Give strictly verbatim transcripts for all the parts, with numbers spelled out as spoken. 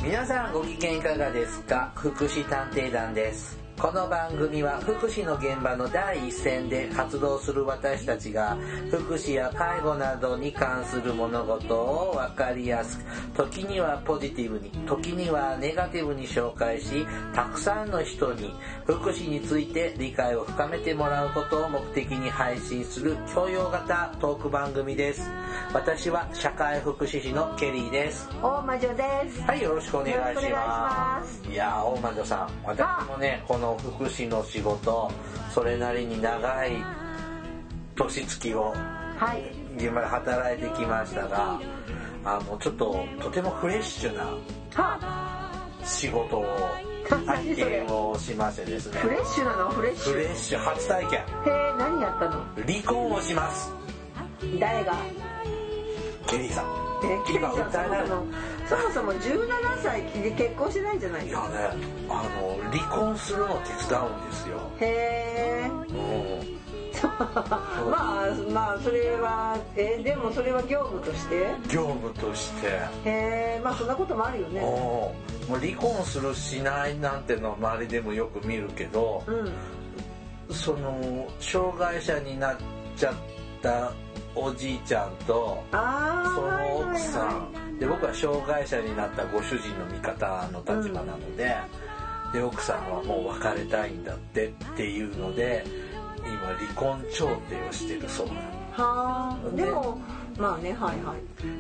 皆さんご機嫌いかがですか？福祉探偵団です。この番組は福祉の現場の第一線で活動する私たちが福祉や介護などに関する物事を分かりやすく、時にはポジティブに、時にはネガティブに紹介し、たくさんの人に福祉について理解を深めてもらうことを目的に配信する教養型トーク番組です。私は社会福祉士のケリーです。 大魔女です。 はい、よろしくお願いします。いやー、大魔女さん、私もね、この福祉の仕事、それなりに長い年月を現場で働いてきましたが、あのちょっととてもフレッシュな仕事を体験をしましてですね。 フレッシュなの？フレッシュ。 フレッシュ初体験。 へえ、何やったの？ 離婚をします。 誰が？ ケリーさん。 え、ケリーさんのそもそもじゅうななさいで結婚してないんじゃないの？ いやね、あの離婚するのを手伝うんですよ。 へえ。 うんまあまあそれはえでもそれは業務として業務としてへえ、まあそんなこともあるよね。 もう離婚するしないなんてのは周りでもよく見るけど、うん、その障害者になっちゃったおじいちゃんとその奥さん、はいはいはい、で僕は障害者になったご主人の味方の立場なので、うん、で奥さんはもう別れたいんだってっていうので今離婚調停をしてるそうなの。 はあ、でもまあね、はいはい。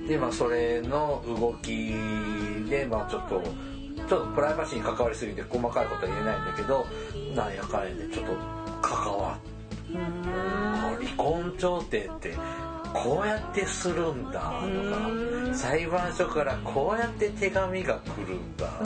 でまあそれの動きでまあちょっとちょっとプライバシーに関わりすぎて細かいことは言えないんだけど、なんやかんやでちょっと関わって、離婚調停ってこうやってするんだとか、裁判所からこうやって手紙が来るんだって。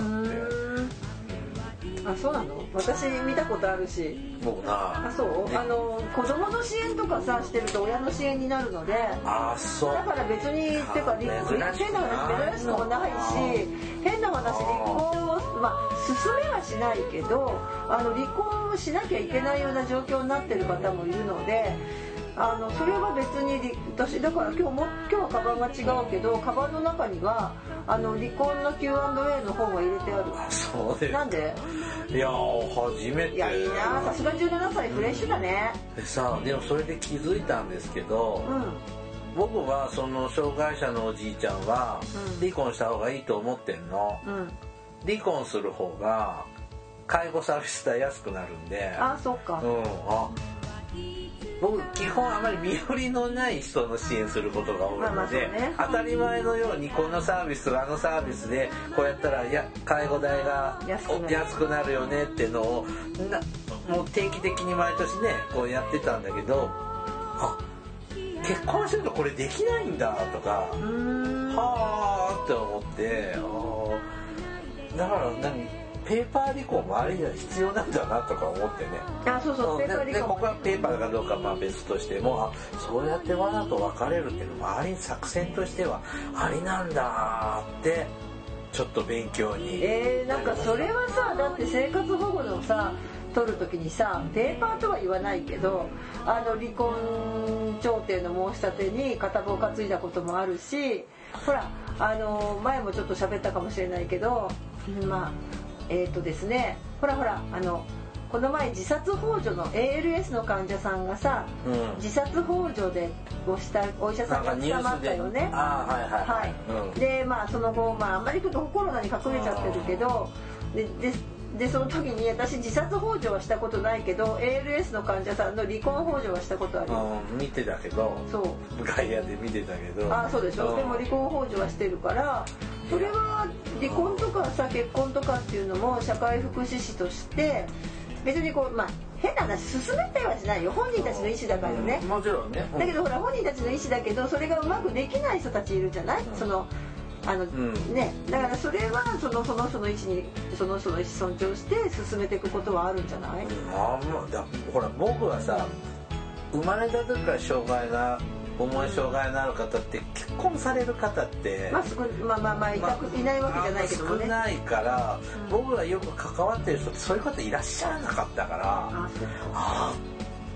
あ、そうなの？私見たことあるし。 僕な。 あ、そう？ね、あの子供の支援とかさしてると親の支援になるので。 あ、そう。 だから別にてか変な話珍しくもないし、変な話離婚をまあ進めはしないけど、あの離婚をしなきゃいけないような状況になってる方もいるので。あのそれは別に私だから今日も今日はカバンが違うけどカバンの中にはあの離婚の キューアンドエー の本が入れてある。 あ、そうです。 なんで？ いや初めて。 いやいいな、さすがじゅうななさいフレッシュだね。 でさでもそれで気づいたんですけど、うん、僕はその障害者のおじいちゃんは離婚した方がいいと思ってんの、うん、離婚する方が介護サービス代安くなるんで。 あ、そっか。 うん、あ僕基本あまり身寄りのない人の支援することが多いので、まあまあね、当たり前のようにこのサービスあのサービスでこうやったらや介護代が安くなるよねっていうのをなもう定期的に毎年ねこうやってたんだけど、あ、結婚してるとこれできないんだとか、はーって思って、あだから何ペーパー離婚もあれが必要なんだなとか思ってね。 あ、そうそう、ペーパー離婚。 でここはペーパーかどうかまあ別としても、あ、そうやってわざと別れるっていうのもあり作戦としてはありなんだってちょっと勉強に。 えー、なんかそれはさ、だって生活保護のさ取るときにさ、ペーパーとは言わないけど、あの離婚調停の申し立てに片棒担いだこともあるし、ほらあの前もちょっと喋ったかもしれないけど、まあ。えーとですね、ほらほらあのこの前自殺幇助の エーエルエス の患者さんがさ、うん、自殺幇助でごしたお医者さんが捕まったよね。 あ、はいはいはい、 はい、うん、でまあその後、まあ、あんまりコロナに隠れちゃってるけど、でででその時に私自殺幇助はしたことないけど エーエルエス の患者さんの離婚幇助はしたことある。 うん、見てたけど、 そう外野で見てたけど、 あ、そうでしょ、うん、でも離婚幇助はしてるから、それは離婚とかさ結婚とかっていうのも社会福祉士として別にこうまあ変な話進めたいわけじゃないよ、本人たちの意思だからね、 うん、もちろんね、うん、 だけどほら本人たちの意思だけどそれがうまくできない人たちいるじゃない、うん、そのあの、うん、ね、だからそれはそのその人の意思にその人の意思尊重して進めていくことはあるんじゃない、うん、 あだほら僕はさ生まれた時から障害が重い障害のある方って結婚される方って、 まあ、まあまあまあいたく、まあ、いないわけじゃないけどもね、 少ないから、うん、僕がよく関わってる人ってそういう方いらっしゃらなかったから、ああ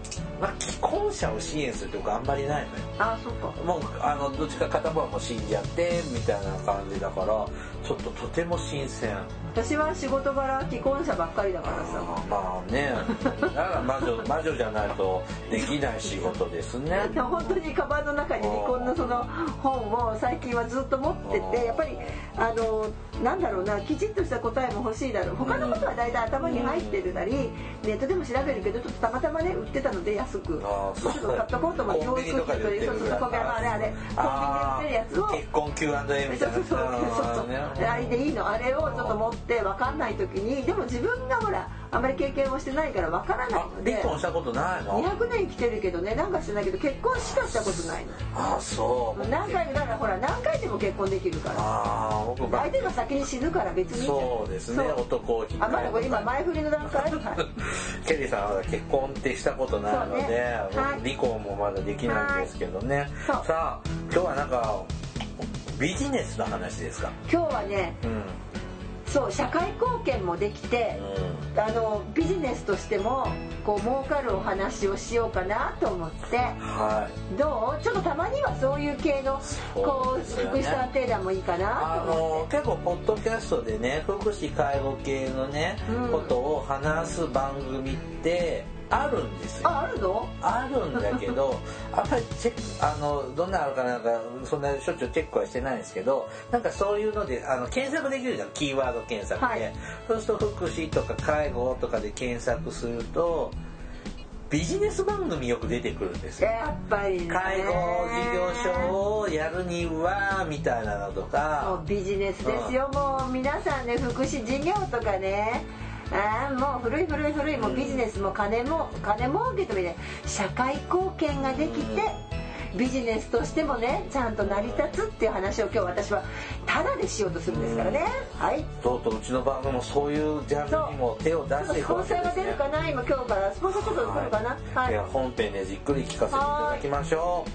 まあ、既婚者を支援するってことあんまりないのよ。 あ、そっか。 もうあのどっちか片方はもう死んじゃってみたいな感じだから、ちょっととても新鮮。 私は仕事柄既婚者ばっかりだからさ。 まあね、だから魔女魔女じゃないとできない仕事ですね。 本当にカバンの中に離婚のその本を最近はずっと持ってて、やっぱりあのなんだろうな、きちっとした答えも欲しいだろう。他のことは大体頭に入ってるなり、ネットでも調べるけど、ちょっとたまたまね売ってたので安く、 あちょっと買っとこうと思って、教育費というそうそうそう、あれあれコンビニで売ってるやつを、 結婚 キューアンドエー みたいな、 そうそうそうそう、あれでいいの、あれをちょっと持って分かんない時に、でも自分がほらあまり経験をしてないから分からないので。 離婚したことないの？ にひゃくねん生きてるけどね、なんかしてないけど結婚しかしたことないの。 あ、そう。 何回だからほら何回でも結婚できるから。あ、僕相手が先に死ぬから別に。 そうですね、男をあ、まだこれ今前振りの段階。 ケリーさんは結婚ってしたことないので、ね、はい、離婚もまだできないんですけどね。さあ今日はなんかビジネスの話ですか？ 今日はね、うん、そう、社会貢献もできて、うん、あのビジネスとしてもこう儲かるお話をしようかなと思って、はい、どう？ちょっとたまにはそういう系のこう福祉探偵団もいいかなと思って。 あの結構ポッドキャストでね、福祉介護系のね、うん、ことを話す番組ってあるんですよ。 あ、あるの？ あるんだけどあんまりチェック、あのどんなのあるかなんかそんなしょっちゅうチェックはしてないんですけど、なんかそういうのであの検索できるじゃん、キーワード検索で、はい、そうすると福祉とか介護とかで検索するとビジネス番組よく出てくるんですよ。 やっぱりね、 介護事業所をやるにはみたいなのとか。 もうビジネスですよ、うん、もう皆さんね、福祉事業とかね、あ、もう古い古い古い、もうビジネスも金も金儲けとみたいな社会貢献ができて、うん、ビジネスとしてもねちゃんと成り立つっていう話を今日私はタダでしようとするんですからね、うん、はい。 とうとううちの番組もそういうジャンルにも手を出していくわけですね。 スポンサーが出るかな、今今日からスポンサーちょっと来るかな、 はい、いや本編でじっくり聞かせていただきましょう。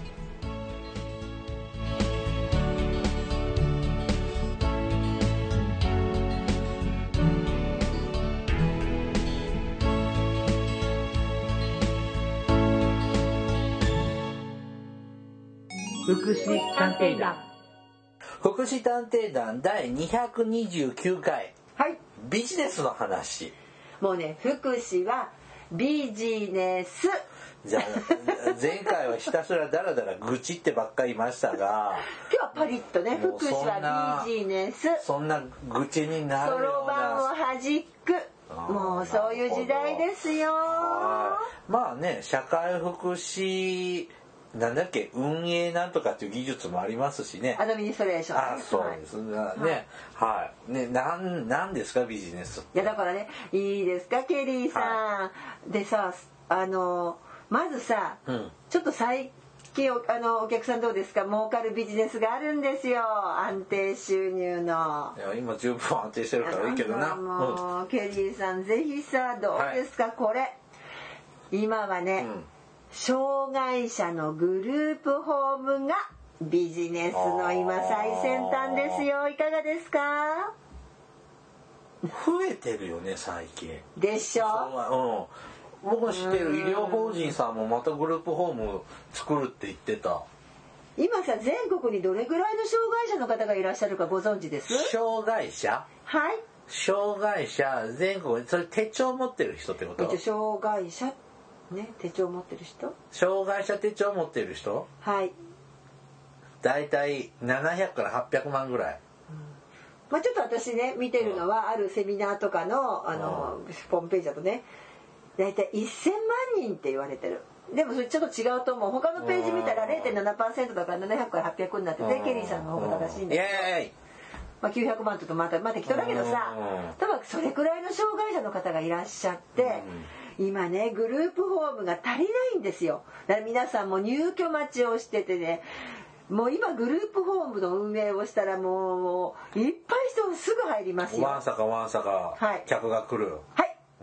福祉探偵団福祉探偵団だいにひゃくにじゅうきゅうかい、はい、ビジネスの話。 もうね、福祉はビジネス。 じゃあ前回はひたすらダラダラ愚痴ってばっかりいましたが今日はパリッとね、福祉はビジネス、 そんな愚痴になるような、 そろばんをはじく、もうそういう時代ですよ。 まあね、社会福祉なんだっけ、運営なんとかっていう技術もありますしね。 アドミニストレーション、 ね、あ、そうですね。はい。ね、はい、ね、なん、なんですかビジネス。 いやだからね、いいですかケリーさん。はい、でさ、あのまずさ、うん、ちょっと最近あのお客さんどうですか、儲かるビジネスがあるんですよ。安定収入の。 いや今十分安定してるからいいけどな。 もう、うん、ケリーさんぜひさ、どうですか、はい、これ。今はね。うん、障害者のグループホームがビジネスの今最先端ですよ。いかがですか？ 増えてるよね最近。 でしょ。 うん、僕の知ってる医療法人さんもまたグループホーム作るって言ってた。 今さ、全国にどれぐらいの障害者の方がいらっしゃるかご存知です？ 障害者？ はい。 障害者全国に、それ手帳持ってる人ってこと？ 障害者ね、手帳持ってる人、 障害者手帳持ってる人、 はい、 だいたいななひゃくからはっぴゃくまんぐらい、 うん、まあちょっと私ね見てるのは、うん、あるセミナーとかのあの、うん、ホームページだとね、だいたいせんまんにんって言われてる。でもそれちょっと違うと思う。他のページ見たら れいてんななパーセント だからななひゃくからはっぴゃくになってて、ケリーさんの方が正しいんだけど、まあ、きゅうひゃくまんとまたまあ適当だけどさ、多分それくらいの障害者の方がいらっしゃって、うん、今ねグループホームが足りないんですよ。だから皆さんも入居待ちをしててね、もう今グループホームの運営をしたらもういっぱい人すぐ入りますよ。 わんさかわんさか客が来る。 はい、うん、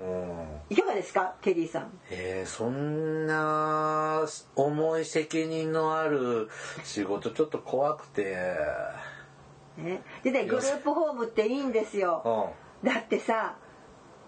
いかがですかケリーさん。 えー、そんな重い責任のある仕事ちょっと怖くて、 ね、でねグループホームっていいんですよ、うん、だってさ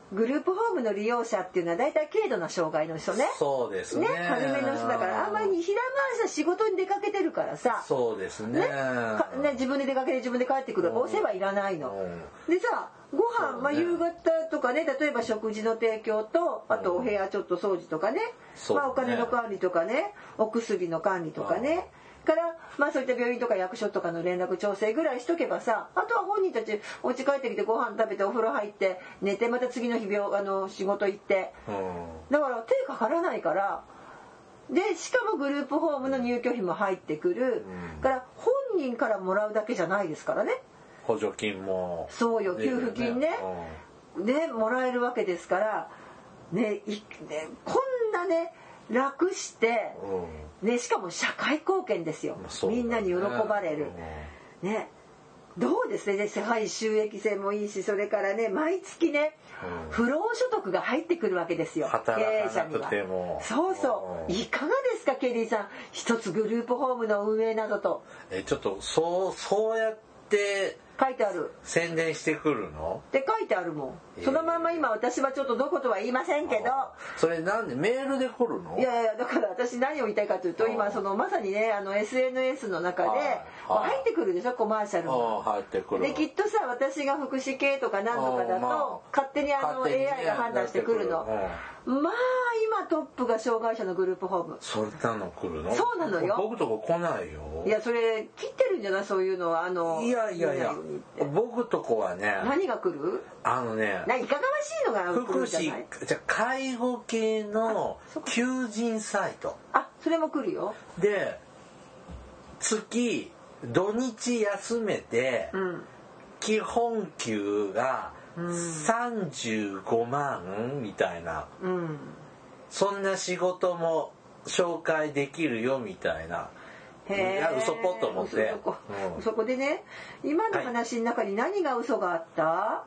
グループホームの利用者っていうのは大体軽度な障害の人ね。 そうですね。 ね、軽めの人だからあんまり平回しは仕事に出かけてるからさ。 そうですね。ね, ね自分で出かけて自分で帰ってくる、お世話いらないの。でさ、ご飯、ね、まあ、夕方とかね、例えば食事の提供と、あとお部屋ちょっと掃除とかね、うん、まあ、お金の管理とかね、お薬の管理とかね。から、まあそういった病院とか役所とかの連絡調整ぐらいしとけばさ、あとは本人たちお家帰ってきてご飯食べてお風呂入って寝てまた次の日病あの仕事行って、うん、だから手かからないから、でしかもグループホームの入居費も入ってくる、うん、から本人からもらうだけじゃないですからね。 補助金もそうよ、給付金ね、うん、ねもらえるわけですからね、いねこんなね楽して、うんね、しかも社会貢献ですよ、ね、みんなに喜ばれる、うん、ねどうですね、社会収益性もいいし、それからね毎月ね、うん、不労所得が入ってくるわけですよ、経営者には。そうそう、いかがですかケリーさん、一つグループホームの運営などと。 えちょっとそうそうやって書いてある、 宣伝してくるのって書いてあるもん、えー、そのまんま今私はちょっとどことは言いませんけど。 それなんでメールで来るの？ いやいや、だから私何を言いたいかというと、今そのまさにねあの エスエヌエス の中で入ってくるでしょ、コマーシャルが入ってくる。できっとさ、私が福祉系とか何とかだと、まあ、勝手にあの エーアイ が判断してくるの。まあ今トップが障害者のグループホーム。 そんなの来るの？ そうなのよ。 僕とこ来ないよ。 いやそれ切ってるんじゃない、そういうのは。あのいやいやいや、僕とこはね、 何が来る？ あのね、 ないかがわしいのが来るんじゃない？ 福祉じゃ介護系の求人サイト。 あ、それも来るよ。 で月土日休めて、うん、基本給がさんじゅうごまんみたいな、うん、そんな仕事も紹介できるよみたいな。へー、嘘ぽっと思って、 そこ、うん、そこでね、今の話の中に何が嘘があった？はい、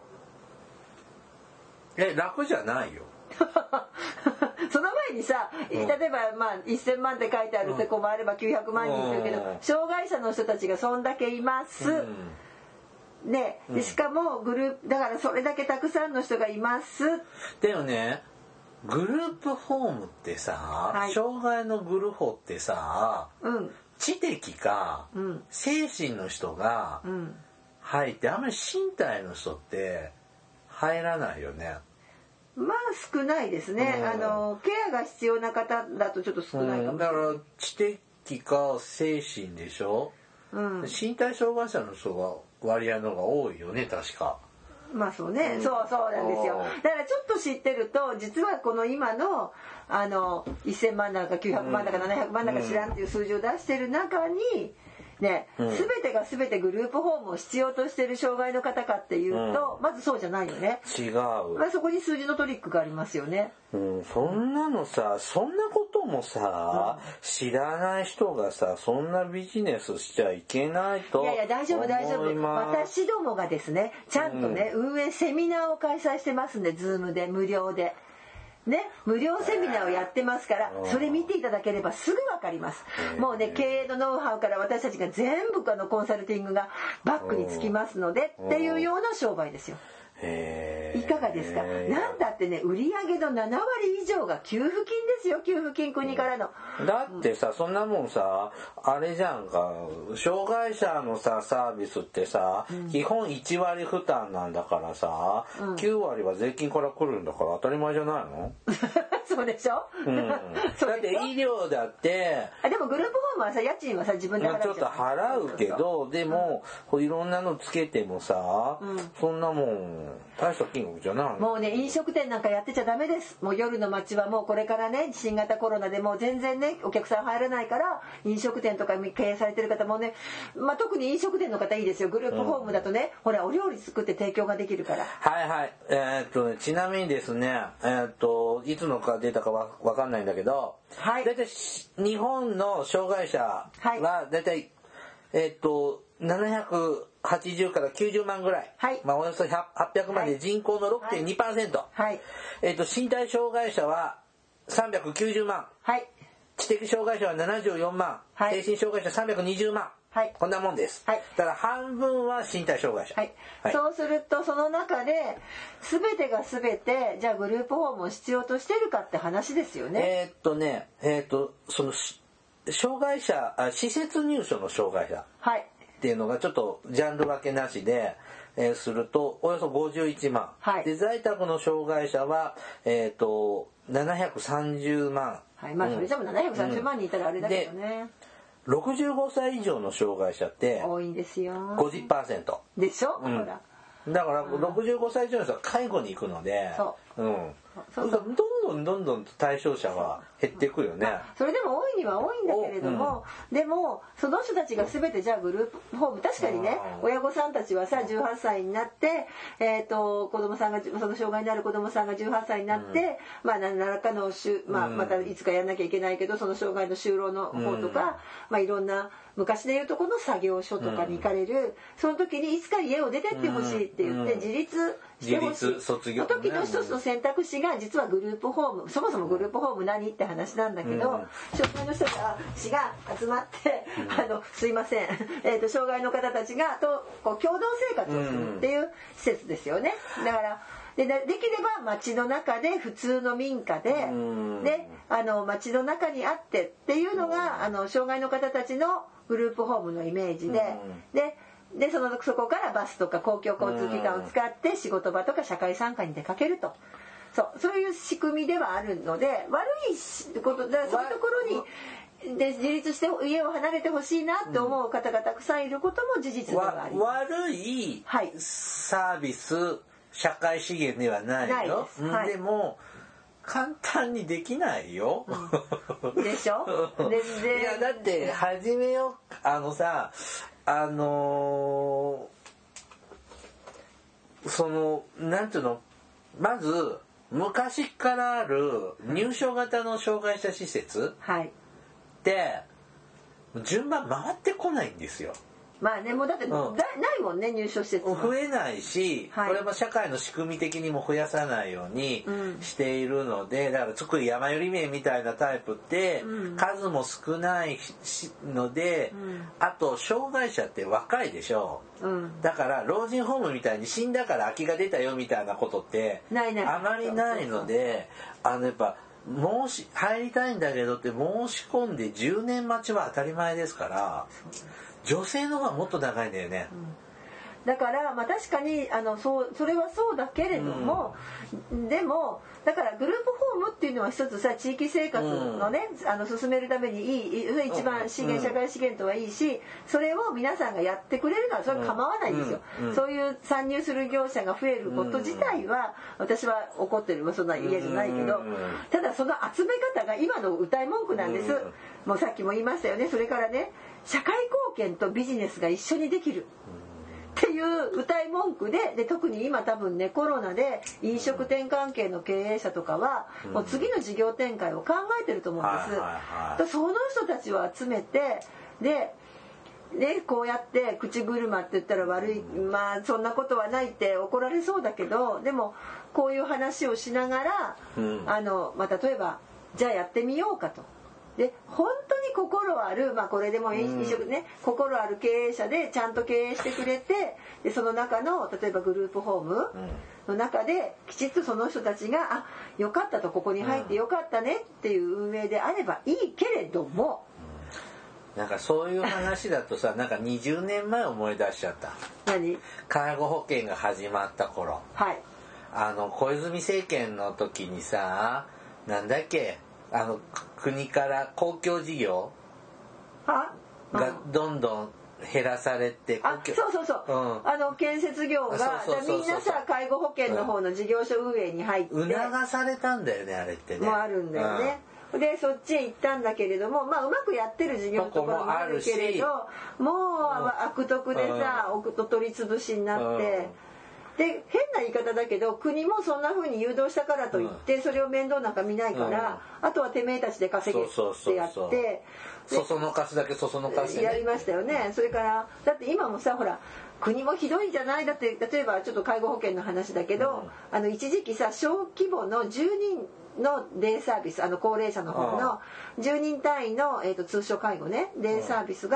え楽じゃないよ。 その前にさ、うん、例えばまあせんまんって書いてあるって子もあればきゅうひゃくまんにんいるけど、うん、障害者の人たちがそんだけいます、うん、ね、でしかもグループだからそれだけたくさんの人がいます。 でもね、グループホームってさ、はい、障害のグルホってさ、うん、知的か、うん、精神の人が入って、あんまり身体の人って入らないよね。 まあ少ないですね、うん、あのケアが必要な方だとちょっと少ないかもしれない、うん、だから知的か精神でしょ、うん、身体障害者の人が割合の方が多いよね確か。 まあそうね、うん、そうそうなんですよ。だからちょっと知ってると、実はこの今のあのせんまんだかきゅうひゃくまんだかななひゃくまんだか知らんっていう数字を出してる中にね、うん、全てが全てグループホームを必要としている障害の方かっていうと、うん、まずそうじゃないよね。 違う、 まあ、そこに数字のトリックがありますよね、 うん、そんなのさ、そんなこともさ、うん、知らない人がさ、そんなビジネスしちゃいけないと思います。 いやいや大丈夫大丈夫、私どもがですねちゃんとね、うん、運営セミナーを開催してますんで、ズームで無料でね、無料セミナーをやってますから、それ見ていただければすぐ分かります。もうね、経営のノウハウから私たちが全部あのコンサルティングがバックにつきますのでっていうような商売ですよ。いかがですか。なんだってね、売上のななわり以上が給付金ですよ、給付金、国からの。 だってさ、そんなもんさ、あれじゃんか、障害者のさサービスってさ、うん、基本いちわり負担なんだからさ、うん、きゅうわりは税金から来るんだから当たり前じゃないの？ そうでしょ、うん、 だって医療だってあ、でもグループホームはさ、家賃はさ自分で払っちゃう、 まあ、ちょっと払うけど、そうそうそう、でも、うん、いろんなのつけてもさ、うん、そんなもん大した金額じゃないの。 もうね、飲食店なんかやってちゃダメです。もう夜の街はもうこれからね、新型コロナでもう全然ねお客さん入らないから、飲食店とか経営されてる方もね、まあ、特に飲食店の方いいですよ。グループホームだとね、うん、ほらお料理作って提供ができるから。 はいはい、えー、っとね、ちなみにですね、えー、っといつのか出たかわわかんないんだけど、はい、だいたい日本の障害者はだいたい、えー、っとななひゃくはちじゅうからきゅうじゅうまんぐらい、はい、まあ、およそはっぴゃくまんで人口の ろくてんにパーセント、はいはい、えー、と身体障害者はさんびゃくきゅうじゅうまん、はい、知的障害者はななじゅうよんまん、はい、精神障害者さんびゃくにじゅうまん、 はい、 こんなもんです、はい、だから半分は身体障害者、 はいはい、そうするとその中で全てが全てじゃあグループホームを必要としてるかって話ですよね。 えー、っとねえー、っとその障害者あ施設入所の障害者っていうのがちょっとジャンル分けなしで、えー、するとおよそごじゅういちまん、はい、で在宅の障害者は、えー、っとななひゃくさんじゅうまん、 はい、まあそれじゃもななひゃくさんじゅうまん人いたらあれだけどね、 うん、ろくじゅうごさい以上の障害者って多いんですよごじゅっパーセントでしょ、うん、ほらだからろくじゅうごさい以上の人は介護に行くので、そう、うん、そうそうどんどんどんどん対象者は減っていくよね。 それでも多いには多いんだけれども、うん、でもその人たちが全てじゃあグループホーム確かにね、うん、親御さんたちはさじゅうはっさいになって、えー、と子供さんがその障害のある子供さんがじゅうはっさいになって、うん、まあ何らかの、まあ、またいつかやんなきゃいけないけどその障害の就労の方とか、うんまあ、いろんな昔でいうとこの作業所とかに行かれる、うん、その時にいつか家を出てってほしいって言って自立してほしい、うん、卒業、ね、時の一つの選択肢が実はグループホームそもそもグループホーム何って話なんだけど、うん、障害の人たちが集まって、うん、あのすいません、えー、と障害の方たちがとこう共同生活をするっていう施設ですよね。だからで, できれば街の中で普通の民家で、であの街の中にあってっていうのがあの障害の方たちのグループホームのイメージで、でで そ, のそこからバスとか公共交通機関を使って仕事場とか社会参加に出かけると、そう、そういう仕組みではあるので悪いことだそういうところにで自立して家を離れてほしいなって思う方がたくさんいることも事実ではあります。 悪いサービス、はい、社会資源ではないよ。で, はい、でも簡単にできないよ。 うん、でしょ。全然。 いやだって始めようあのさあのー、そのなんていうのまず昔からある入所型の障害者施設って順番回ってこないんですよ。 まあねもうだって、うん、ないもんね入所施設は増えないし、はい、これも社会の仕組み的にも増やさないようにしているので、うん、だからつくり山寄り名みたいなタイプって数も少ないので、うん、あと障害者って若いでしょ、うん、だから老人ホームみたいに死んだから空きが出たよみたいなことってあまりないので、あのやっぱ申し入りたいんだけどって申し込んでじゅうねん待ちは当たり前ですから女性の方がもっと長いんだよね、 うん、だからまあ確かにあのそうそれはそうだけれども、うん、でもだからグループホームっていうのは一つさ地域生活のね、うん、あの進めるためにいい一番資源、うん、社会資源とはいいしそれを皆さんがやってくれるのはそれは構わないんですよ、うんうん、そういう参入する業者が増えること自体は私は怒ってるそんな家じゃないけど、うん、ただその集め方が今の歌い文句なんです、うん、もうさっきも言いましたよね。それからね社会貢献とビジネスが一緒にできるっていう歌い文句 で, で特に今多分ねコロナで飲食店関係の経営者とかはもう次の事業展開を考えてると思うんです、はいはい、その人たちを集めてででこうやって口車って言ったら悪いまあそんなことはないって怒られそうだけどでもこういう話をしながら、うんあのまあ、例えばじゃあやってみようかと。で本当に心ある、まあ、これでも飲食ね、うん、心ある経営者でちゃんと経営してくれてでその中の例えばグループホームの中できちっとその人たちがあよかったとここに入ってよかったねっていう運営であればいいけれども、 うん、なんかそういう話だとさなんかにじゅうねんまえ思い出しちゃった。 何？ 介護保険が始まった頃、 はい、 あの小泉政権の時にさなんだっけあの国から公共事業がどんどん減らされて、 あ、そうそうそう、うん、あの建設業がみんなさ介護保険の方の事業所運営に入って、うん、 促されたんだよねあれってね。 もあるんだよね、うん、でそっちへ行ったんだけれども、まあうまくやってる事業とかもあるけれどもう、うん、悪徳でさ、うん、お取り潰しになって、うんで変な言い方だけど国もそんな風に誘導したからといってそれを面倒なんか見ないから、うん、あとはてめえたちで稼げってやってそそのかすだけそそのかす、ね、 やりましたよね。それからだって今もさほら国もひどいんじゃないだって例えばちょっと介護保険の話だけど、うん、あの一時期さ小規模のじゅうにんのデイサービスあの高齢者の方のじゅうにん単位の、えーと通所介護ねデイサービスが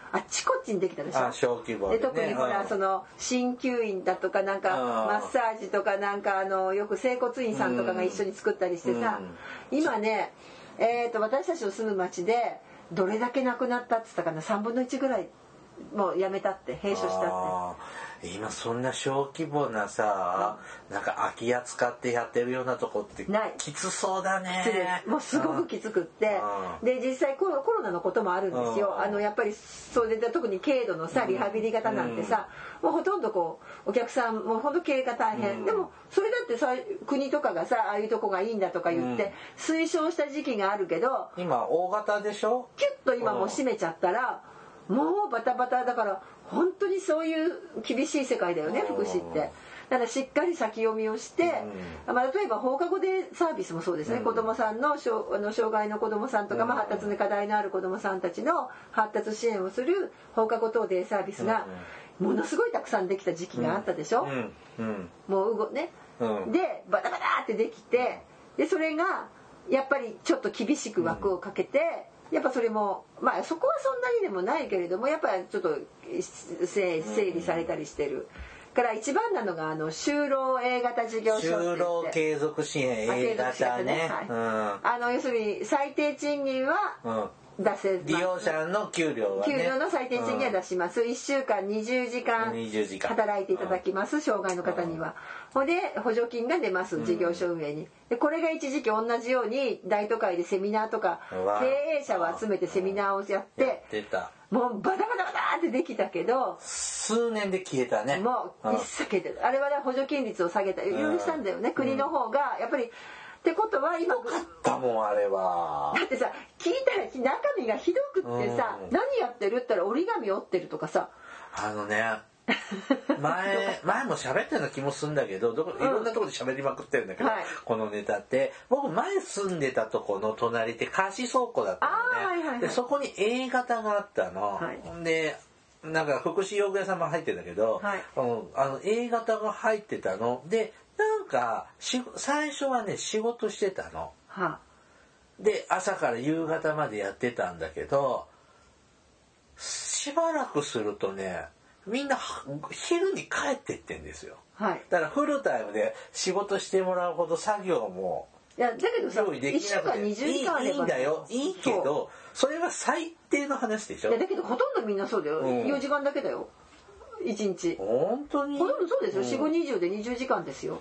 あっちこっちにできたでしょ。 あ、小規模でね。 で特にほら、うん、その鍼灸院だとかなんかマッサージとかなんかあのよく整骨院さんとかが一緒に作ったりしてさ、うん、今ね、えー、と私たちの住む町でどれだけなくなったっつったかな、さんぶんのいちぐらいもうやめたって、閉所したって。 今そんな小規模なさ、うん、なんか空き家使ってやってるようなとこってきつそうだね。 もうすごくきつくって、うん、で実際コロコロナのこともあるんですよ、うん、あのやっぱりそれで特に軽度のさリハビリ型なんてさ、うん、もうほとんどこうお客さんもうほんと経営が大変、うん、でもそれだってさ国とかがさああいうとこがいいんだとか言って推奨した時期があるけど、 うん、今大型でしょ、 キュッと今もう閉めちゃったら、もうバタバタだから、本当にそういう厳しい世界だよね、福祉って。だからしっかり先読みをして、うん、まあ、例えば放課後でサービスもそうですね、うん、子どもさんのあの障害の子どもさんとか、うん、まあ、発達に課題のある子どもさんたちの発達支援をする放課後等デイサービスがものすごいたくさんできた時期があったでしょ、うんうん、もううごね、うん、でバタバタってできて、でそれがやっぱりちょっと厳しく枠をかけて、やっぱそれもまあそこはそんなにでもないけれども、やっぱりちょっと整理されたりしてるから一番なのがあの就労 A 型事業所って就労継続支援 A 型ね、はい、うん、 あの要するに最低賃金は出せます、 利用者の給料はね、 給料の最低賃金は出します、うん、いっしゅうかんにじゅうじかん働いていただきます、うん、障害の方には、ほんで補助金が出ます、事業所運営に。でこれが一時期同じように大都会でセミナーとか経営者を集めてセミナーをやって、やってた、もうバタバタバタってできたけど数年で消えたね。 もう一切消えてる、あれはね補助金率を下げた、いろいろしたんだよね、国の方がやっぱり。ってことは今よかったもんあれは。 だってさ聞いたら中身がひどくってさ、うん、何やってるって言ったら折り紙折ってるとかさ、 あのね前前も喋ったような気もするんだけど、どこいろんなところで喋りまくってるんだけど、うん、はい、このネタって僕前住んでたとこの隣って貸し倉庫だったのね、はいはいはい、でそこに A 型があったの、はい、でなんか福祉用具屋さんも入ってるんだけど、はい、うん、あの A 型が入ってたので、なんかし最初はね仕事してたの、はあ、で朝から夕方までやってたんだけど、しばらくするとねみんな昼に帰ってってんですよ、はい、だからフルタイムで仕事してもらうほど作業もいやだけどさ用意できなくていい、いいんだよ、いいけどそれは最低の話でしょ。 いやだけどほとんどみんなそうだよ、うん、よじかんだけだよいちにち。 本当にほとんどそうですよ、うん、よん、ご、にじゅうでにじゅうじかんですよ、 うん、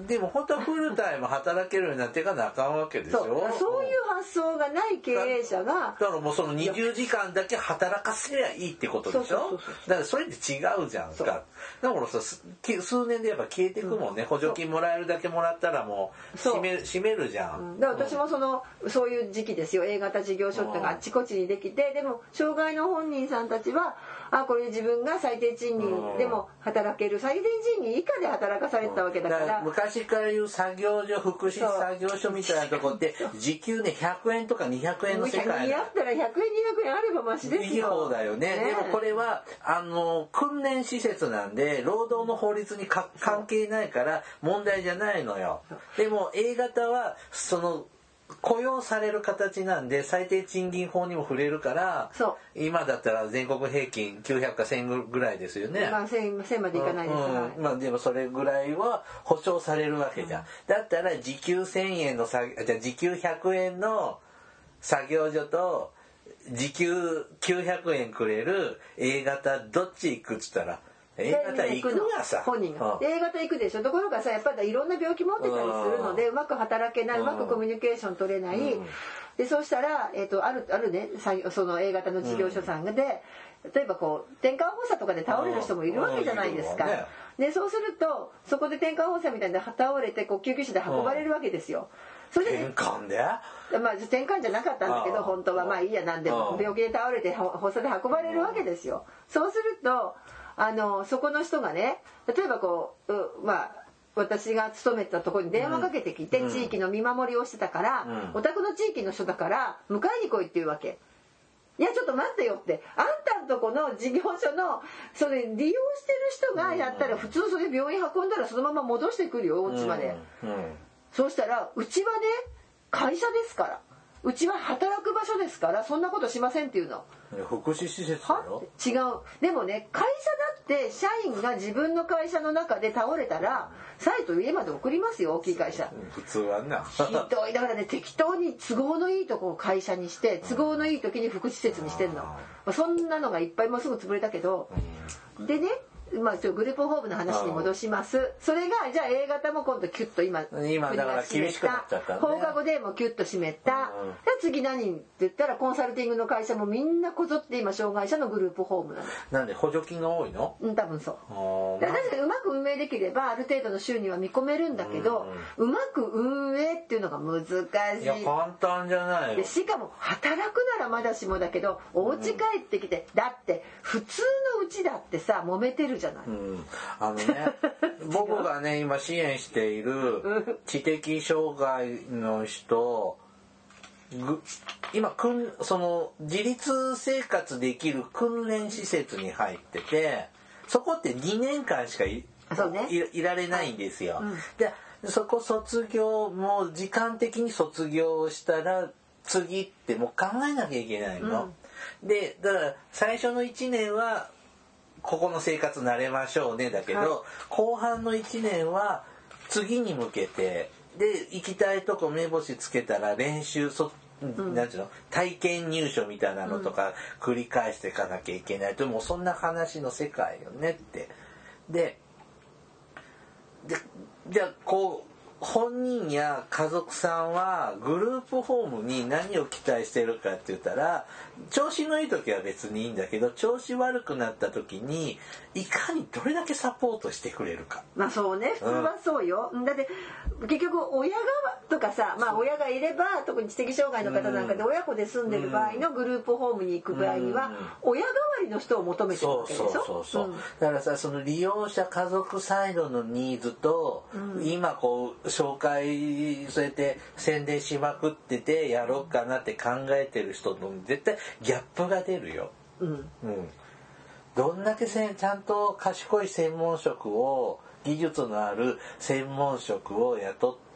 でも本当はフルタイム働けるようになっていかなあかんわけでしょ。 そうそういう発想がない経営者がだからもうそのにじゅうじかんだけ働かせりゃいいってことでしょ。だからそれって違うじゃんか。だからさ数年でやっぱ消えていくもんね、うん、補助金もらえるだけもらったらもう閉める、閉めるじゃん、 うん、だから私もその、うん、そういう時期ですよ。 A 型事業所ってのがあっちこっちにできて、でも障害の本人さんたちはあこれ自分が最低賃金でも働ける、最低賃金以下で働かされてたわけだから、だから昔から言う作業所福祉作業所みたいなとこって時給ねひゃくえんとかにひゃくえんの世界にあったらひゃくえんにひゃくえんあればマシですよ。いい方だよね。ね、でもこれはあの訓練施設なんで労働の法律にか関係ないから問題じゃないのよ。でも A 型はその雇用される形なんで最低賃金法にも触れるから、今だったら全国平均きゅうひゃくかせんぐらいですよね。 まあせんまでいかないですが、 うんうん、まあでもそれぐらいは保証されるわけじゃん、うん、だったら時給せんえんのさじゃ時給ひゃくえんの作業所と時給きゅうひゃくえんくれる A 型どっち行くっつったらA 型行くのがさ本人が、うん、A 型行くでしょ。ところがさやっぱりいろんな病気持ってたりするので、うまく働けない、うまくコミュニケーション取れない、うん、でそうしたら、えー、とあるあるねその A 型の事業所さんで、うん、例えばこう転換放射とかで倒れる人もいるわけじゃないですか、うんうんね、でそうするとそこで転換放射みたいな倒れてこう救急車で運ばれるわけですよ、うん、それで転換でまあ転換じゃなかったんだけど本当はまあいいやなんでも病気で倒れて放射で運ばれるわけですよ。そうするとあのそこの人がね例えばこう、うまあ私が勤めたところに電話かけてきて、うん、地域の見守りをしてたから、うん、お宅の地域の人だから迎えに来いっていうわけ。いやちょっと待ってよって、あんたんとこの事業所のそれ利用してる人がやったら普通それ病院運んだらそのまま戻してくるよお家まで、うんうん、そうしたらうちはね会社ですからうちは働く場所ですからそんなことしませんっていうの。 福祉施設だよ。 違う。でもね、会社だって社員が自分の会社の中で倒れたらサイト家まで送りますよ、大きい会社。 普通はな。 ひどい。だからね、適当に都合のいいとこを会社にして都合のいい時に福祉施設にしてんの。まあ、そんなのがいっぱいもうすぐ潰れたけど、でね、まあ、ちょっとグループホームの話に戻します。それがじゃあ A 型も今度キュッと今今だから厳しくなっちゃった、ね、 放課後デーもキュッと閉めた、うん、で次何って言ったらコンサルティングの会社もみんなこぞって今障害者のグループホームなの。 なんで補助金が多いの？ うん、多分そう。だからうまく運営できればある程度の収入は見込めるんだけど、うん、うまく運営っていうのが難しい。 いや簡単じゃないよ。 でしかも働くならまだしもだけどお家帰ってきて、うん、だって普通のうちだってさ揉めてるじゃない。うん、 あのね僕がね今支援している知的障害の人ぐ今くんその自立生活できる訓練施設に入っててそこってにねんかんしか い,、ね、い, いられないんですよ、はい、うん、でそこ卒業もう時間的に卒業したら次ってもう考えなきゃいけないの、うん、でだから最初のいちねんはここの生活慣れましょうねだけど、はい、後半のいちねんは次に向けてで行きたいとこ目星つけたら練習そ、うん、なんていうの体験入所みたいなのとか繰り返していかなきゃいけないと、もうそんな話の世界よねって。で、でじゃあこう本人や家族さんはグループホームに何を期待してるかって言ったら調子のいい時は別にいいんだけど調子悪くなった時にいかにどれだけサポートしてくれるか。 まあそうね、普通はそうよ、うん、だって結局親側とかさ、まあ親がいれば特に知的障害の方なんかで親子で住んでる場合のグループホームに行く場合には親代わりの人を求めてるわけでしょ。 そうそうそうそう、うん、だからさその利用者家族サイドのニーズと、うん、今こう紹介そうやって宣伝しまくっててやろうかなって考えてる人の絶対ギャップが出るよ、うんうん、どんだけせんちゃんと賢い専門職を技術のある専門職を雇って、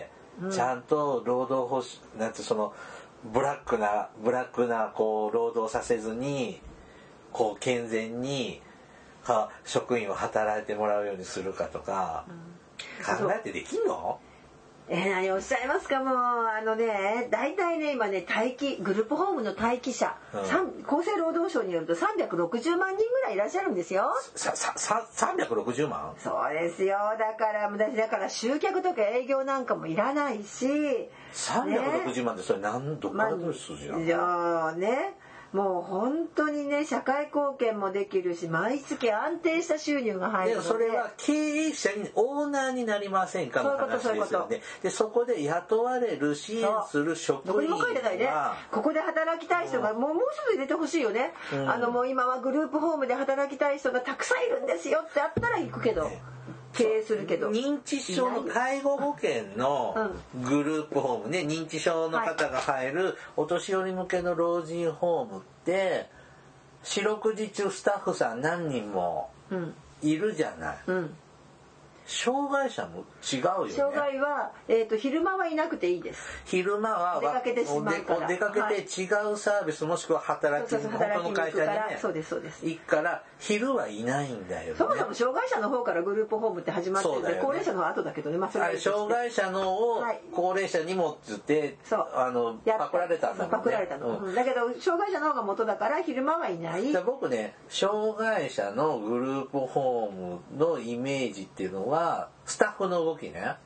うん、ちゃんと労働保守なんてそのブラックなブラックなこう労働させずにこう健全には職員を働いてもらうようにするかとか、うん、考えてできんの？ えー、何おっしゃいますか。もうあのね大体ね今ね待機グループホームの待機者、うん、厚生労働省によるとさんびゃくろくじゅうまんにんぐらいいらっしゃるんですよ。 ささささんびゃくろくじゅうまん？そうですよ。だから私だから集客とか営業なんかもいらないしさんびゃくろくじゅうまんでそれ何どっからどういう数字なの？ じゃあねもう本当にね社会貢献もできるし毎月安定した収入が入るので、 それは経営者にオーナーになりませんかの話ですよね。でそこで雇われる支援する職員は、 ね、ここで働きたい人がもうもうすぐ入れてほしいよね、うん、あのもう今はグループホームで働きたい人がたくさんいるんですよってあったら行くけど、ね経営するけど認知症の介護保険のグループホームね、認知症の方が入るお年寄り向けの老人ホームって四六時中スタッフさん何人もいるじゃない、うんうん、障害者も違うよね。 障害は、えーと、昼間はいなくていいです。 昼間は出かけてしまうから出かけて違うサービス、はい、もしくは働きに本当の会社にねそうですそうです行くから昼はいないんだよね。 そもそも障害者の方からグループホームって始まってるんで、ね、高齢者の後だけどね、まあ、それあれ障害者のを高齢者にもって言って、はい、あのパクられたんだもんね。 パクられたの、うん、だけど障害者の方が元だから昼間はいない。 僕ね障害者のグループホームのイメージっていうのはスタッフの動きね、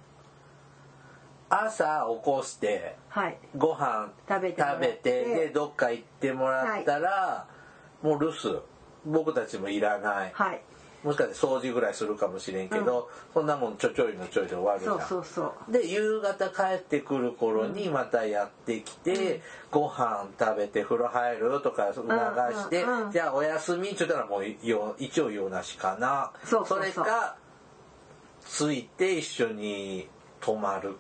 朝起こして、はい、ご飯食べて食べてでどっか行ってもらったら、はい、もう留守僕たちもいらない、はい、もしかして掃除ぐらいするかもしれんけど、うん、そんなもんちょちょいのちょいで終わるじゃん。 そうそうそう。 で夕方帰ってくる頃にまたやってきて、うん、ご飯食べて風呂入るとか促して、うんうん、じゃあお休みって言ったらもう一応用なしかな。そうそうそう。それかついて一緒に泊まる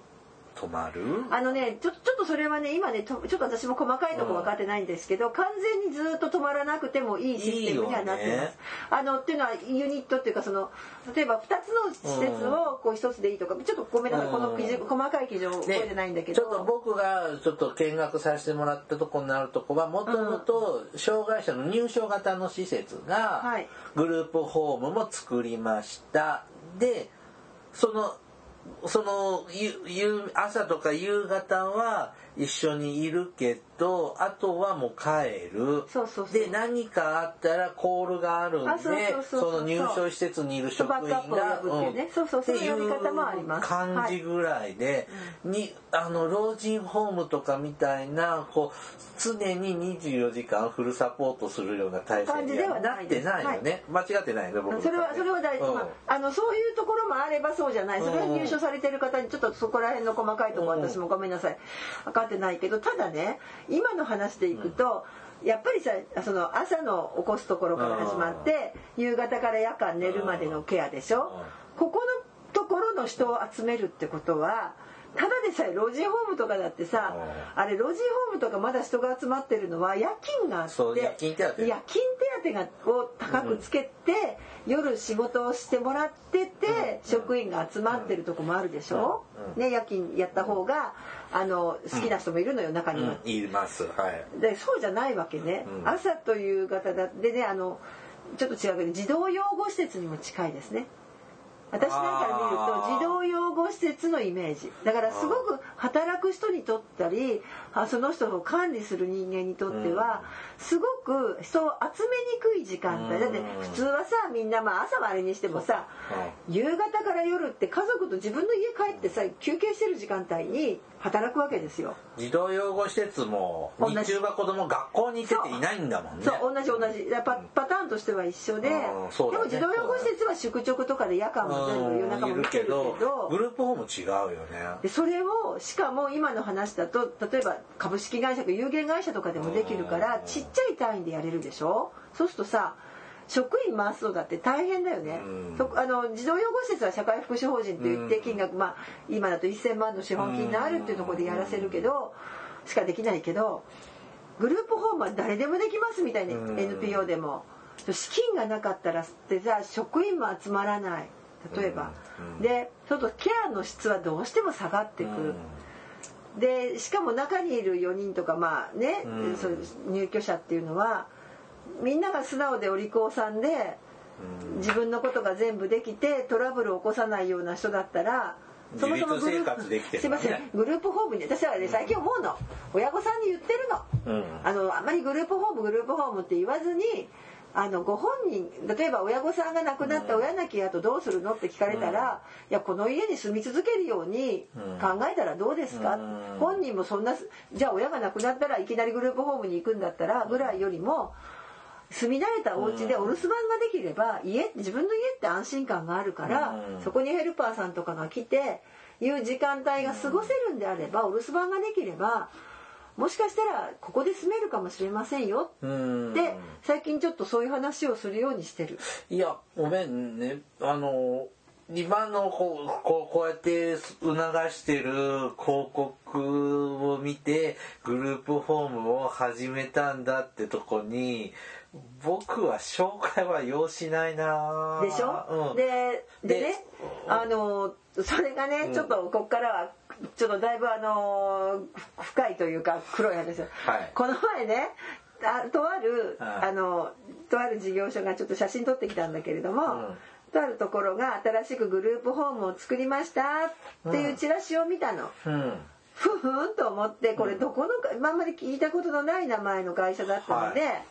止まる？ あのねちょ、ちょっとそれはね今ねちょっと私も細かいとこ分かってないんですけど、うん、完全にずっと止まらなくてもいいシステムにはなってます。いいよね、あのっていうのはユニットっていうかその例えばふたつの施設をこうひとつでいいとか、ちょっとごめんなさい、この記事細かい記事を覚えてないんだけど、 ね、ちょっと僕がちょっと見学させてもらったとこになるとこはもともと障害者の入所型の施設がグループホームも作りました。でそのその朝とか夕方は一緒にいるけどあとはもう帰る。 そうそうそう。 で何かあったらコールがあるんでその入所施設にいる職員がっていう感じぐらいで、はい、にあの老人ホームとかみたいなこう常ににじゅうよじかんフルサポートするような体制にはなってないよね。はい、間違ってないね僕。 それはそれは大事、うんまあ、あのそういうところもあればそうじゃない。それは入所されてる方にちょっとそこら辺の細かいところ私もごめんなさい分かってないけど、ただね今の話でいくと、うん、やっぱりさその朝の起こすところから始まって夕方から夜間寝るまでのケアでしょ。ここのところの人を集めるってことはただでさえ老人ホームとかだってさ、あれ老人ホームとかまだ人が集まってるのは夜勤があって夜勤手当夜勤手当がを高くつけて、うん、夜仕事をしてもらってて、うん、職員が集まってるとこもあるでしょ、うんうん、ね、夜勤やった方があの好きな人もいるのよ、うん、中には、 うん、います、はい、 でそうじゃないわけね、うん、朝と夕方だでねあのちょっと違うけど児童養護施設にも近いですね。私なんか見ると児童養護施設のイメージだからすごく働く人にとったりその人を管理する人間にとってはすごく人を集めにくい時間帯だって普通はさみんなまあ朝はあれにしてもさ夕方から夜って家族と自分の家帰ってさ休憩してる時間帯に働くわけですよ。 児童養護施設も日中は子供学校に行ってていないんだもんね。 そう同じ同じパ, パターンとしては一緒で、ね、でも児童養護施設は宿直とかで夜間も全部夜中も見てるけどグループホーム違うよね。 でそれをしかも今の話だと例えば株式会社とか有限会社とかでもできるからちっちゃい単位でやれるでしょ。そうするとさ職員回すのだって大変だよね。あの児童養護施設は社会福祉法人という一定金額、まあ、今だといっせんまんの資本金があるっていうところでやらせるけどしかできないけどグループホームは誰でもできますみたいに エヌピーオー でも資金がなかったらってさ職員も集まらない例えばでちょっとケアの質はどうしても下がってくでしかも中にいるよにんとかまあねそう入居者っていうのはみんなが素直でお利口さんで自分のことが全部できてトラブルを起こさないような人だったらそもそもグループすいませんグループホームに私は、ね、最近思うの親御さんに言ってるの、うん、あのあんまりグループホームグループホームって言わずにあのご本人例えば親御さんが亡くなった親亡き後どうするのって聞かれたら、うん、いやこの家に住み続けるように考えたらどうですか、うん、本人もそんなじゃあ親が亡くなったらいきなりグループホームに行くんだったらぐらいよりも住み慣れたお家でお留守番ができれば家自分の家って安心感があるから、うん、そこにヘルパーさんとかが来ていう時間帯が過ごせるんであればお留守番ができればもしかしたらここで住めるかもしれませんよって最近ちょっとそういう話をするようにしてる。 いやごめんねあの今のこう、こう、こうやって促してる広告を見てグループホームを始めたんだってとこに僕は紹介は要しないなでしょ、うん、で, でねあのそれがね、うん、ちょっとこっからはちょっとだいぶあの深いというか黒い話ですよ、はい、この前ねあとある、はい、あのとある事業所がちょっと写真撮ってきたんだけれども、うんとあるところが新しくグループホームを作りましたっていうチラシを見たの、うん、ふふんと思ってこれどこのか今まで聞いたことのない名前の会社だったので、はい、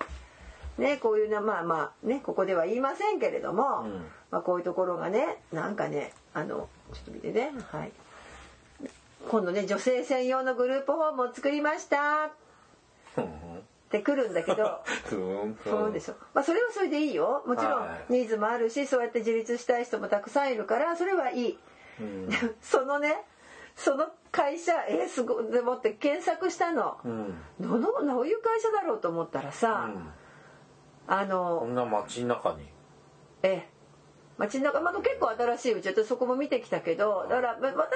ねこういうなまあまあねここでは言いませんけれども、うんまあ、こういうところがねなんかねあのちょっと見てねはい今度ね女性専用のグループホームを作りましたってくるんだけどそうでしょ、まあ、それはそれでいいよもちろんニーズもあるしそうやって自立したい人もたくさんいるからそれはいい、うん、そのねその会社えー、すごいでもって検索したの、うん、どのどういう会社だろうと思ったらさ、うん、あのこんな街の中にえ街の中、まあ、結構新しいうちはそこも見てきたけどだから私は別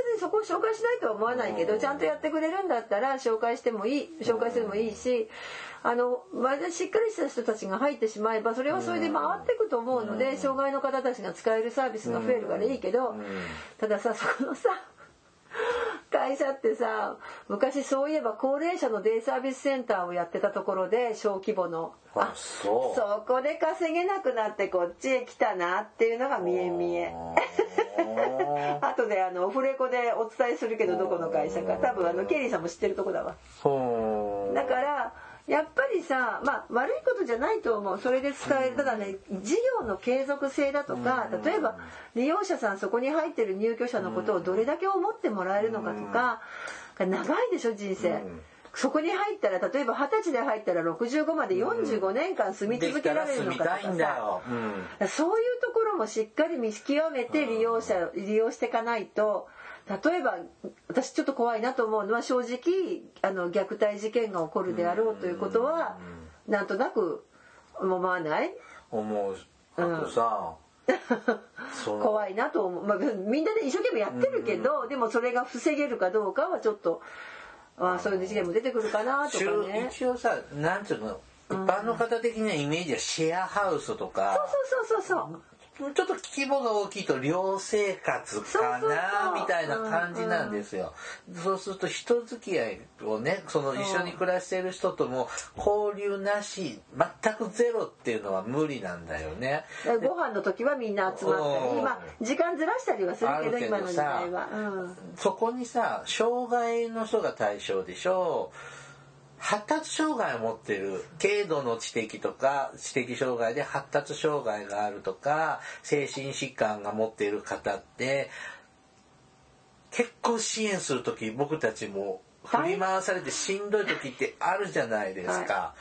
にそこを紹介しないとは思わないけど、ちゃんとやってくれるんだったら紹介してもいい、紹介するのもいいし、あのしっかりした人たちが入ってしまえばそれはそれで回っていくと思うので、障害の方たちが使えるサービスが増えるからいいけど、たださ、そこのさ会社ってさ、昔そういえば高齢者のデイサービスセンターをやってたところで、小規模の、 あ、そう、 そこで稼げなくなってこっちへ来たなっていうのが見え見え後であのオフレコでお伝えするけど、どこの会社か、多分あのケリーさんも知ってるとこだわ。だからやっぱりさ、まあ悪いことじゃないと思う。それで使える。ただね、事業の継続性だとか、例えば利用者さん、そこに入ってる入居者のことをどれだけ思ってもらえるのかとか、長いでしょ人生。そこに入ったら、例えばはたちで入ったらろくじゅうごまでよんじゅうごねんかん住み続けられるのかとかさ、うん、そういうところもしっかり見極めて利用者利用していかないと。例えば私ちょっと怖いなと思うのは、正直あの虐待事件が起こるであろうということはなんとなく思わない？ 思う。あとさ、 うん、怖いなと思う、まあ、みんなで一生懸命やってるけど、でもそれが防げるかどうかはちょっと、ああそういう事件も出てくるかなとかね。 一応さ、なんていうの、一般の方的なイメージはシェアハウスとか、 そうそうそうそうそう、 ちょっと規模が大きいと寮生活かなみたいな感じなんですよ。そうすると人付き合いをね、その一緒に暮らしている人とも交流なし、全くゼロっていうのは無理なんだよね。 ご飯の時はみんな集まったり、まあ時間ずらしたりはするけど、今の時代は、うん、 そこにさ、障害の人が対象でしょ。発達障害を持ってる、軽度の知的とか知的障害で発達障害があるとか精神疾患が持っている方って結構支援する時、僕たちも振り回されてしんどい時ってあるじゃないですか、はい、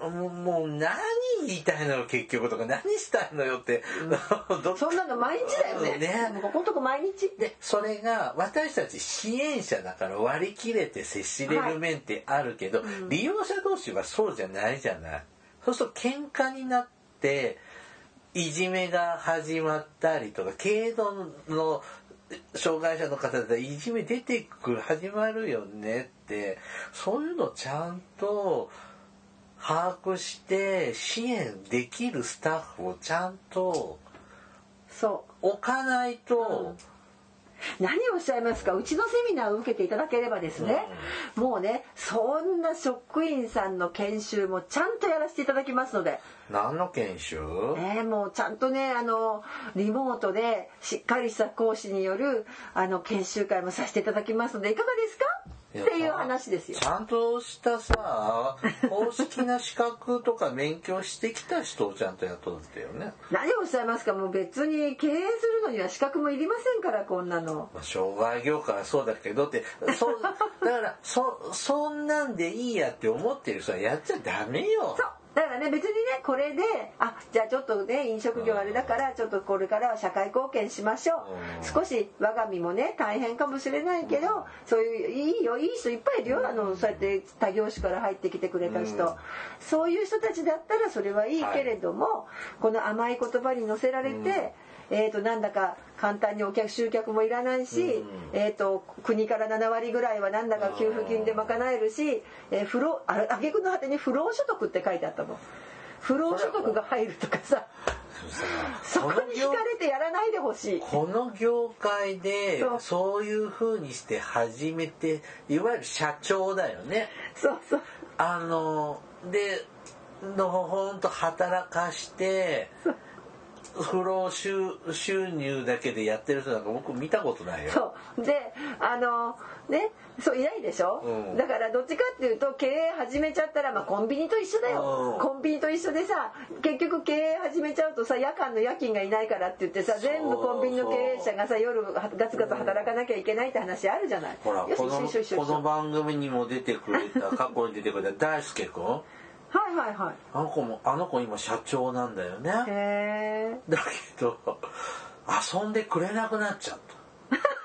もう何言いたいのよ結局とか、何したいのよって、 うん、そんなの毎日だよね。ね、ここんとこ毎日で、それが私たち支援者だから割り切れて接しれる面ってあるけど、はい、うん、利用者同士はそうじゃないじゃない。そうすると喧嘩になっていじめが始まったりとか、軽度の障害者の方だったらいじめ出てくる、始まるよねって、そういうのちゃんと把握して支援できるスタッフをちゃんと置かないと、 うん、何をおっしゃいますか。うちのセミナーを受けていただければですね、うん、もうね、そんな職員さんの研修もちゃんとやらせていただきますので。 何の研修？ えー、もうちゃんとね、あのリモートでしっかりした講師によるあの研修会もさせていただきますので、いかがですかっていう話ですよ。 ちゃんとしたさ、公式な資格とか勉強してきた人をちゃんと雇うんだよね。 何をおっしゃいますか。もう別に経営するのには資格もいりませんから、こんなの。 まあ、障害業界はそうだけどって、そだからそそんなんでいいやって思ってる人はやっちゃダメよ。 そう。だからね、別にね、これで、あ、じゃあちょっとね、飲食業あれだからちょっとこれからは社会貢献しましょう、うん、少し我が身もね大変かもしれないけど、うん、そういういいよ、いい人いっぱいいるよ、あのそうやって他業種から入ってきてくれた人、うん、そういう人たちだったらそれはいいけれども、はい、この甘い言葉に乗せられて、うん、えーとなんだか簡単にお客集客もいらないし、うん、えーと国からななわりぐらいはなんだか給付金で賄えるし、えー、不労あ挙句の果てに不労所得って書いてあったの。不労所得が入るとかさ、そこに惹かれてやらないでほしい。 この業界でそういう風にして始めて、いわゆる社長だよね。 そうそう。 あのでのほんと働かして不労収入だけでやってる人なんか僕見たことないよ。 そうで、あのね、そういないでしょ、うん、だからどっちかっていうと経営始めちゃったら、まあ、コンビニと一緒だよ、うん、コンビニと一緒でさ、結局経営始めちゃうとさ、夜間の夜勤がいないからって言ってさ、全部コンビニの経営者がさ、夜ガツガツ働かなきゃいけないって話あるじゃない。 ほら、 よし、 この一緒一緒一緒。 この番組にも出てくれた過去に出てくれた大輔君はいはいはい。 あの子も、あの子今社長なんだよね。 へー。 だけど遊んでくれなくなっちゃった。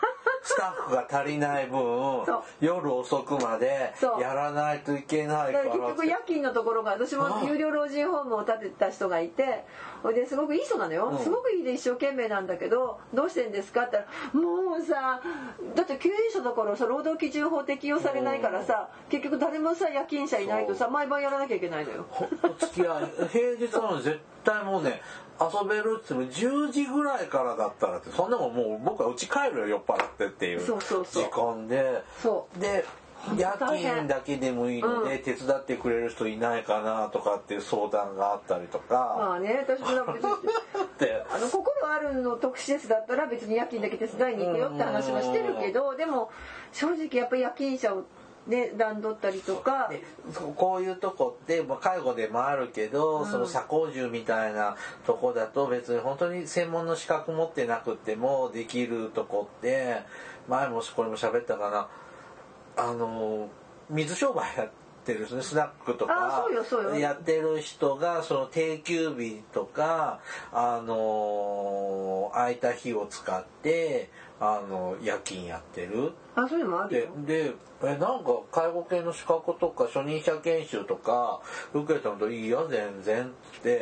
スタッフが足りない分夜遅くまでやらないといけないから。 結局夜勤のところが、私も有料老人ホームを建てた人がいて、ですごくいい人なのよ、うん、すごくいいで一生懸命なんだけど、どうしてんですかって言ったら、もうさ、だって経営者だからさ、労働基準法適用されないからさ、うん、結局誰もさ夜勤者いないとさ、毎晩やらなきゃいけないのよ。 お付き合い平日なのに絶対もうね、遊べるって言ってもじゅうじぐらいからだったらって、そんなもんもう僕は家帰るよ酔っ払ってっていう時間で、 そうで夜勤だけでもいいので、うん、手伝ってくれる人いないかなとかっていう相談があったりとか。 まあね、私も別にあの心あるの特殊ですだったら別に夜勤だけ手伝いに行くよって話はしてるけど、でも正直やっぱり夜勤者をね、段取ったりとかでこういうとこって介護でもあるけど、うん、その社交住みたいなとこだと別に本当に専門の資格持ってなくてもできるとこって、前もこれも喋ったかな、あの水商売やってるですね、スナックとかやってる人がその定休日とかあの空いた日を使ってあの夜勤やってる。 あ、そういうのもあるよ。 で、でえなんか介護系の資格とか初任者研修とか受けたのといいよ全然って、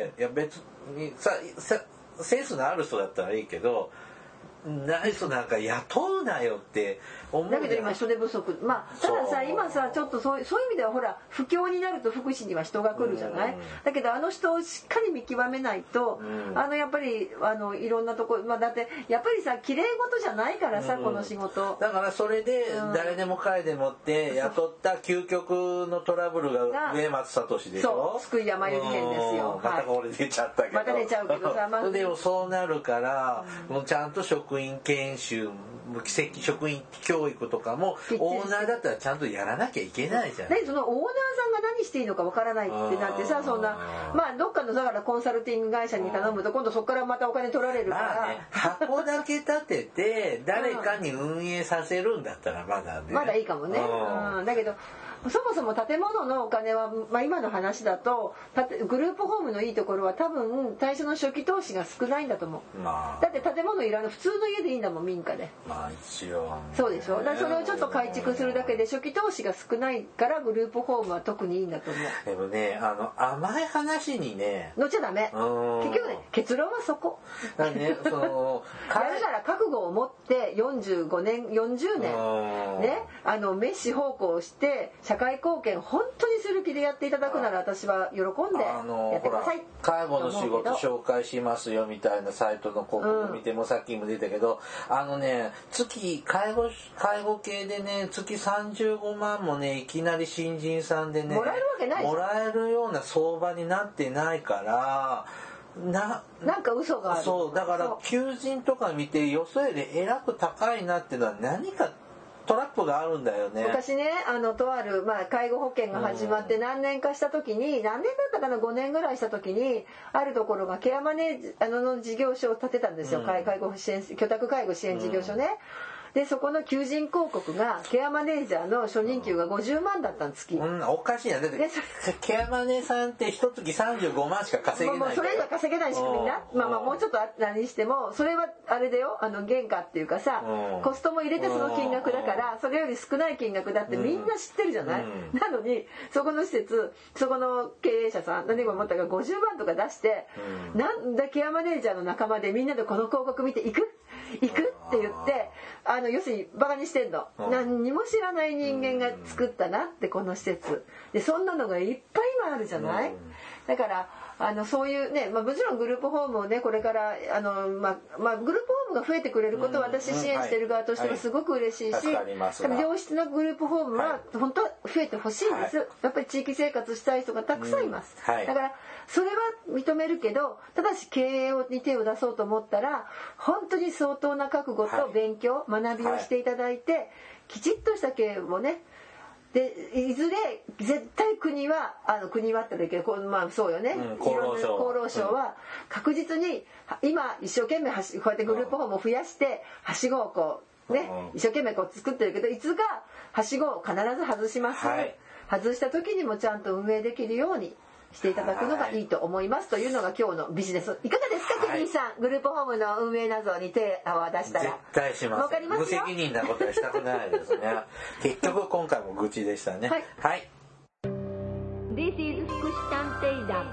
いや別にささセンスのある人だったらいいけど、ない人なんか雇うなよって思う。 だけど今人手不足、まあたださ今さちょっとそういうそういう意味ではほら不況になると福祉には人が来るじゃない、うん、だけどあの人をしっかり見極めないと、うん、あのやっぱりあのいろんなとこ、まあだってやっぱりさ綺麗事じゃないからさ、うん、この仕事だからそれで誰でも彼でもって雇った究極のトラブルが植松聡でしょ。 そう救い山ゆり編ですよ。 またこれ出ちゃったけど、 また出ちゃうけどさ、まあ、 でもそうなるから、うん、もうちゃんと職員研修職員教育とかもオーナーだったらちゃんとやらなきゃいけないじゃん。 でそのオーナーさんが何していいのかわからないってなってさ、そんなまあどっかのだからコンサルティング会社に頼むと今度そこからまたお金取られるから、 まあね、箱だけ立てて誰かに運営させるんだったらまだね、 まだいいかもね、うん、だけどそもそも建物のお金は、まあ、今の話だとグループホームのいいところは多分最初の初期投資が少ないんだと思う、まあ、だって建物いらない普通の家でいいんだもん民家で。 まあ一応、ね、 そうでしょ。だからそれをちょっと改築するだけで初期投資が少ないからグループホームは特にいいんだと思う。 でもねあの甘い話にね乗っちゃダメ。結局ね結論はそこだ、ね、そのやるなら覚悟を持ってよんじゅうごねんよんじゅうねんねあのメッシ奉公して社会貢献本当にする気でやっていただくなら私は喜んでやってください。 介護の仕事紹介しますよみたいなサイトの広告見ても、うん、さっきも出たけどあのね月介護介護系でね月さんじゅうごまんもねいきなり新人さんでねもらえるわけないもらえるような相場になってないからななんか嘘がある。 そうだから求人とか見てよそよりえらく高いなっていうのは何かトラップがあるんだよね。 昔ねあのとある、まあ、介護保険が始まって何年かした時に、うん、何年だったかなごねんぐらいした時にあるところがケアマネージあのの事業所を建てたんですよ、うん、介護支援居宅介護支援事業所ね、うんでそこの求人広告がケアマネージャーの初任給がごじゅうまんだったん月、 うん、おかしいなだってケアマネさんって一月さんじゅうごまんしか稼げないんだよ。 もうそれ以上稼げない仕組みな、まあまあもうちょっと何してもそれはあれだよあの原価っていうかさコストも入れてその金額だからそれより少ない金額だってみんな知ってるじゃない、うん、なのにそこの施設そこの経営者さん何も思ったかごじゅうまんとか出して、うん、なんだケアマネージャーの仲間でみんなでこの広告見て行く行くって言ってあの要するにバカにしてんの、うん、何にも知らない人間が作ったなってこの施設でそんなのがいっぱい今あるじゃない、うん、だからあのそういうね、まあ、もちろんグループホームをねこれからあの、まあまあ、グループホームが増えてくれることを私支援してる側としてはすごく嬉しいし、良質なグループホームは本当は増えてほしいです、はい、やっぱり地域生活したい人がたくさんいます、うんはい、だからそれは認めるけどただし経営に手を出そうと思ったら本当に相当な覚悟と勉強、はい、学びをしていただいてきちっとした経営をねでいずれ絶対国はあの国はって言うけどまあそうよね、うん、厚労省、厚労省は確実に今一生懸命はしこうやってグループホームを増やしてはしごをこうね、うん、一生懸命こう作ってるけどいつかはしごを必ず外します、はい、外した時にもちゃんと運営できるようにしていただくのがいいと思いますというのが今日のビジネス。いかがですか、ケリーさん。グループホームの運営などに手を出したら。 絶対します。 わかりますよ。 無責任なことはしたくないですね。結局今回も愚痴でしたね。はい。はい、 This is 福祉探偵団。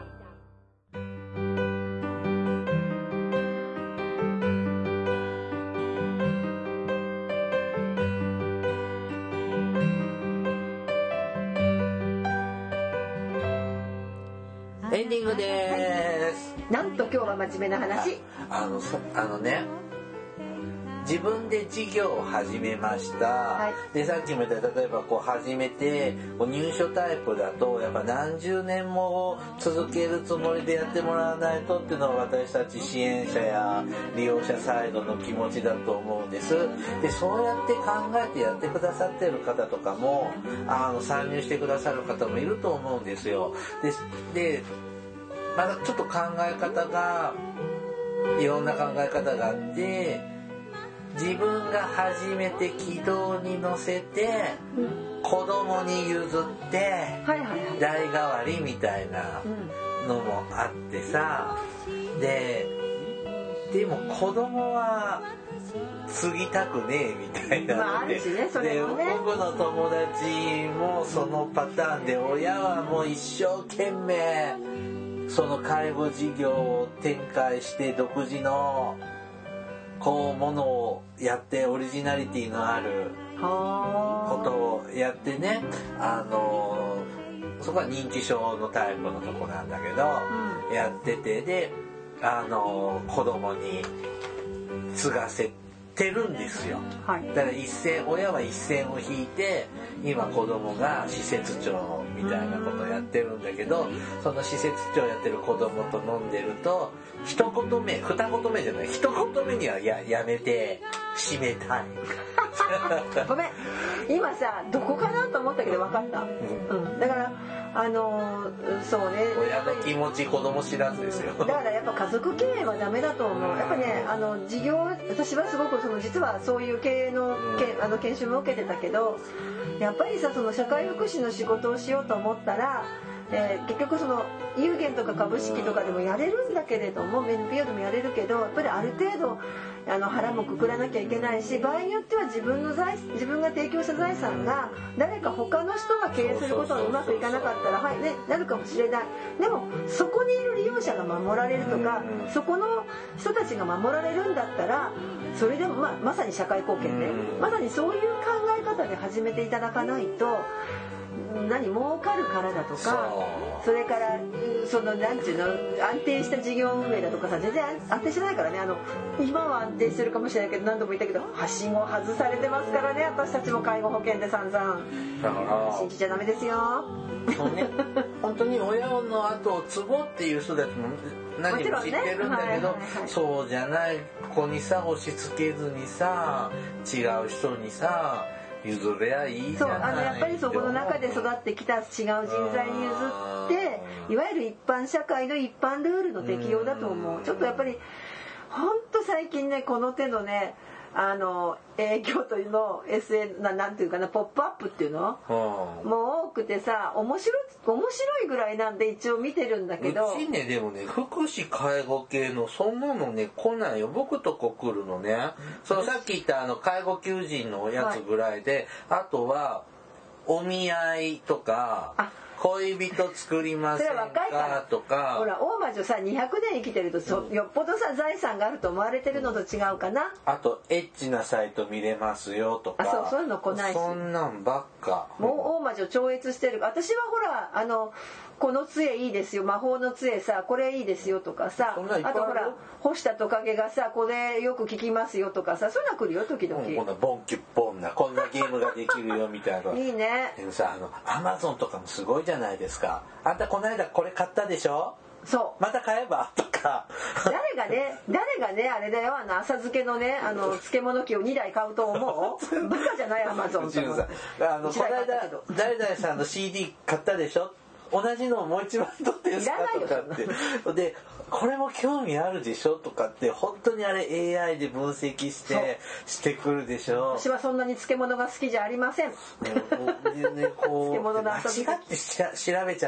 エンディングです。 なんと今日は真面目な話。 あのあのね、自分で事業を始めました、はい、でさっきも言った例えばこう始めてこう入所タイプだとやっぱ何十年も続けるつもりでやってもらわないとっていうのは私たち支援者や利用者サイドの気持ちだと思うんです。でそうやって考えてやってくださってる方とかもあの参入してくださる方もいると思うんですよ。で、でまだちょっと考え方がいろんな考え方があって、自分が初めて軌道に乗せて、うん、子供に譲って、はいはいはい、代替わりみたいなのもあってさ、ででも子供は継ぎたくねえみたいなので、 まああるしね、それもね、 で僕の友達もそのパターンで、親はもう一生懸命その介護事業を展開して独自のこうものをやってオリジナリティのあることをやってね、あのそこは認知症のタイプのとこなんだけど、うん、やってて、であの子供に継がせてるんですよ、はい、だから一線親は一線を引いて今子供が施設長みたいなことをやってるんだけど、その施設長やってる子供と飲んでると一言目二言目じゃない一言目には や, やめて締めたいごめん今さどこかなと思ったけど分かった、うんうん、だからあのー、そうね、 親の気持ち子供知らずですよ。 だからやっぱ家族経営はダメだと思う。やっぱね、あの事業、私はすごくその実はそういう経営の、けあの研修も受けてたけど、やっぱりさ、その社会福祉の仕事をしようと思ったら、えー、結局その有限とか株式とかでもやれるんだけれども、 エヌピーオー でもやれるけど、やっぱりある程度あの腹もくくらなきゃいけないし、場合によっては自分の財自分が提供した財産が誰か他の人が経営することがうまくいかなかったら、はいね、なるかもしれない。でもそこにいる利用者が守られるとか、そこの人たちが守られるんだったら、それでも、まあ、まさに社会貢献ね、まさにそういう考え方で始めていただかないと、何儲かるからだとか、それからそのなんていうの安定した事業運営だとかさ、全然安定してないからね。あの今は安定してるかもしれないけど、何度も言ったけどはしご外されてますからね、私たちも介護保険で散々。だから信じちゃダメですよ。 そうね、本当に親の後を継ぼうっていう人たちも何も知ってるんだけど、そうじゃない子にさ押し付けずにさ、違う人にさ譲れゃいいじゃない。 そう、あのやっぱりそこの中で育ってきた違う人材に譲って、いわゆる一般社会の一般ルールの適用だと思う。ちょっとやっぱりほんと最近ね、この手のね、あの営業というの エスエヌ な, なんていうかな、ポップアップっていうの、うん、もう多くてさ、面白い面白いぐらいなんで一応見てるんだけど、 うちね、でもね、福祉介護系のそんなのね来ないよ。僕とこ来るのね、そのさっき言ったあの介護求人のやつぐらいで、はい、あとはお見合いとか、恋人作りませんかとか。 ほら大魔女さにひゃくねん生きてると、そよっぽどさ財産があると思われてるのと違うかな。 あとエッチなサイト見れますよとか。 あ、そう、そういうの来ないし。 そんなんばっか。 もう大魔女超越してる。私はほらあのこの杖いいですよ、魔法の杖さ、これいいですよとかさ、あとほら干したトカゲがさ、これよく聞きますよとかさ、そういうの来るよ時々。 うん、こんなボンキュッボンなこんなゲームができるよみたいな。 いいね。 でもさ、あのアマゾンとかもすごいじゃないですか。あんたこの間これ買ったでしょ。そうまた買えばとか。 誰がね誰がねあれだよ、あの浅漬けのね、あの漬物機をにだい買うと思う。バカじゃないアマゾンと思う。 あのこの間誰々さんの シーディー 買ったでしょ。同じのをもう一枚取ってるんですかとかってで、これも興味あるでしょとかって、本当にあれ エーアイ で分析してしてくるでしょ。 私はそんなに漬物が好きじゃありません。 ね、こう漬物の遊び間違ってしら調べちゃ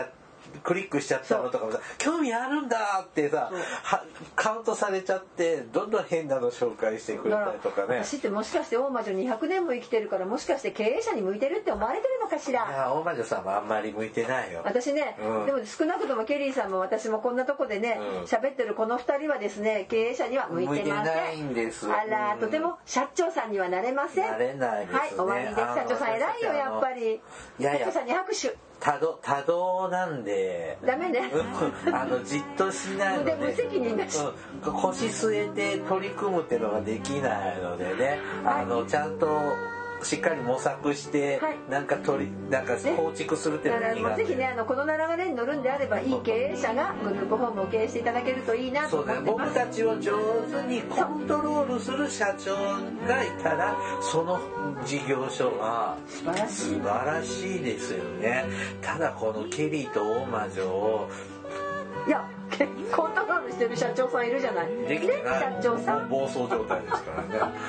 クリックしちゃったのとかもさ興味あるんだってさはカウントされちゃってどんどん変なの紹介してくれたりとかね。 私ってもしかして大魔女にひゃくねんも生きてるからもしかして経営者に向いてるって思われてるのかしら。 いや大魔女さんはあんまり向いてないよ。 私ね、うん、でも少なくともケリーさんも私もこんなとこでね喋、うん、ってるこのふたりはですね経営者には向いてません。 向いてないんです。 あら、うん、とても社長さんにはなれません。 なれないですね。 はい終わりです。社長さん偉いよやっぱり。 いやいや社長さんに拍手。 多動多動なんでダメねあのじっとしないので無責任だし、 うん、腰据えて取り組むっていうのができないのでね、はい、あのちゃんとしっかり模索して、はい、なんか取りなんか構築するっていうのがいいなって、 ぜひねあのこの流れに乗るんであればいい経営者がグループホームを経営していただけるといいなと思ってます。 そうね、僕たちを上手にコントロールする社長がいたらその事業所は素晴らしいですよね。ただこのケリーと大魔女をいやコントロールしてる社長さんいるじゃない。 できてない。 社長さん暴走状態ですからね。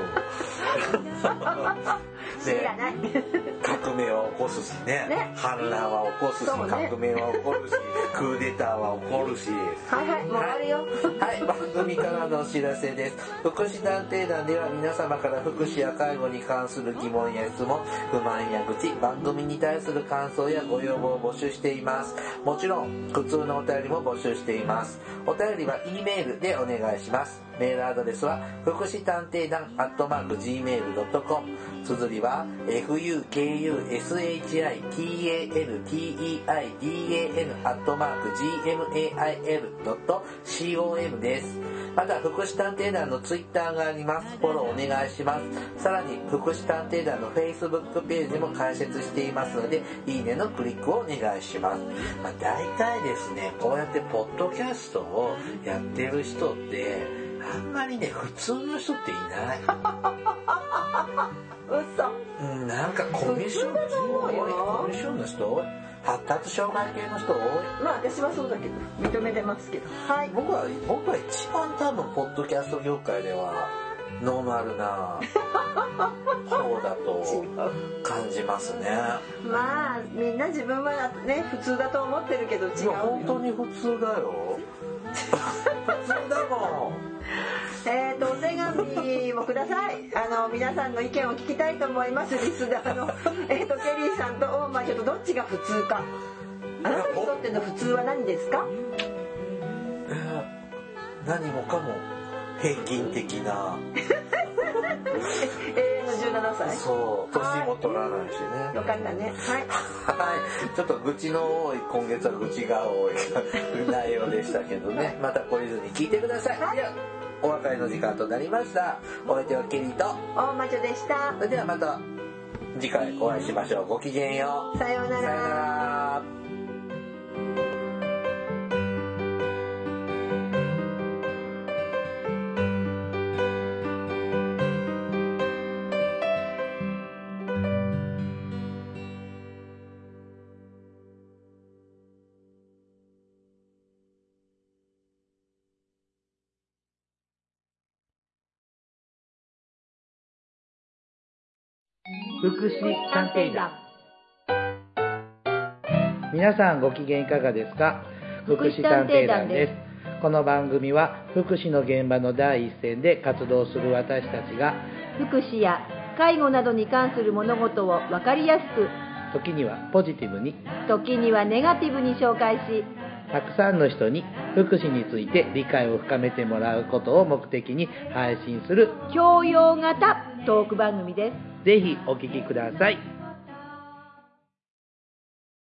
で革命は起こすしね、ね反乱は起こすし、ね、革命は起こるしクーデターは起こるし、 はいはいもう終わるよ。 はい、はい、番組からのお知らせです。福祉探偵団では皆様から福祉や介護に関する疑問や質問、不満や愚痴、番組に対する感想やご要望を募集しています。もちろん普通のお便りも募集しています。お便りは E メールでお願いします。メールアドレスは福祉探偵団アットマーク ジーメールドットコム、 綴りは エフユーケーユーエスエイチアイティーエーエルティーイーアイディーエーエヌ アットマーク ジーエムエーアイエルドットコム です。また福祉探偵団のツイッターがあります。フォローお願いします。さらに福祉探偵団の Facebook ページも開設していますのでいいねのクリックをお願いします。まあ、大体ですねこうやってポッドキャストをやってる人ってあんまりね普通の人っていない。 嘘。 うん、なんかコミュ障の人多い。コミュ障の人多い。発達障害系の人多い。 まあ私はそうだけど認めてますけど。はい。 僕は僕は一番多分ポッドキャスト業界ではノーマルな方だと感じますね。 まあみんな自分はね普通だと思ってるけど違う。いや本当に普通だよ。普通だもん。 えーとお手紙もください。あの皆さんの意見を聞きたいと思います。リスナーのえーとケリーさんと大魔女とどっちが普通か。あなたにとっての普通は何ですか？ えー、何もかも平均的な。 永遠のじゅうななさい。 そう年も取らないしね。 よかったね。はい。 はい。ちょっと愚痴の多い今月は愚痴が多い内容でしたけどね。また懲りずに聞いてください。はい、ではお別れの時間となりました。お相手はケリーと大魔女でした。 それではまた次回お会いしましょう。ごきげんよう。 さようなら。 さようなら。 福祉探偵団。皆さんご機嫌いかがですか？福祉探偵団です。この番組は福祉の現場の第一線で活動する私たちが福祉や介護などに関する物事を分かりやすく、 時にはポジティブに、 時にはネガティブに紹介し、 たくさんの人に福祉について理解を深めてもらうことを目的に配信する教養型トーク番組です。 ぜひお聞きください。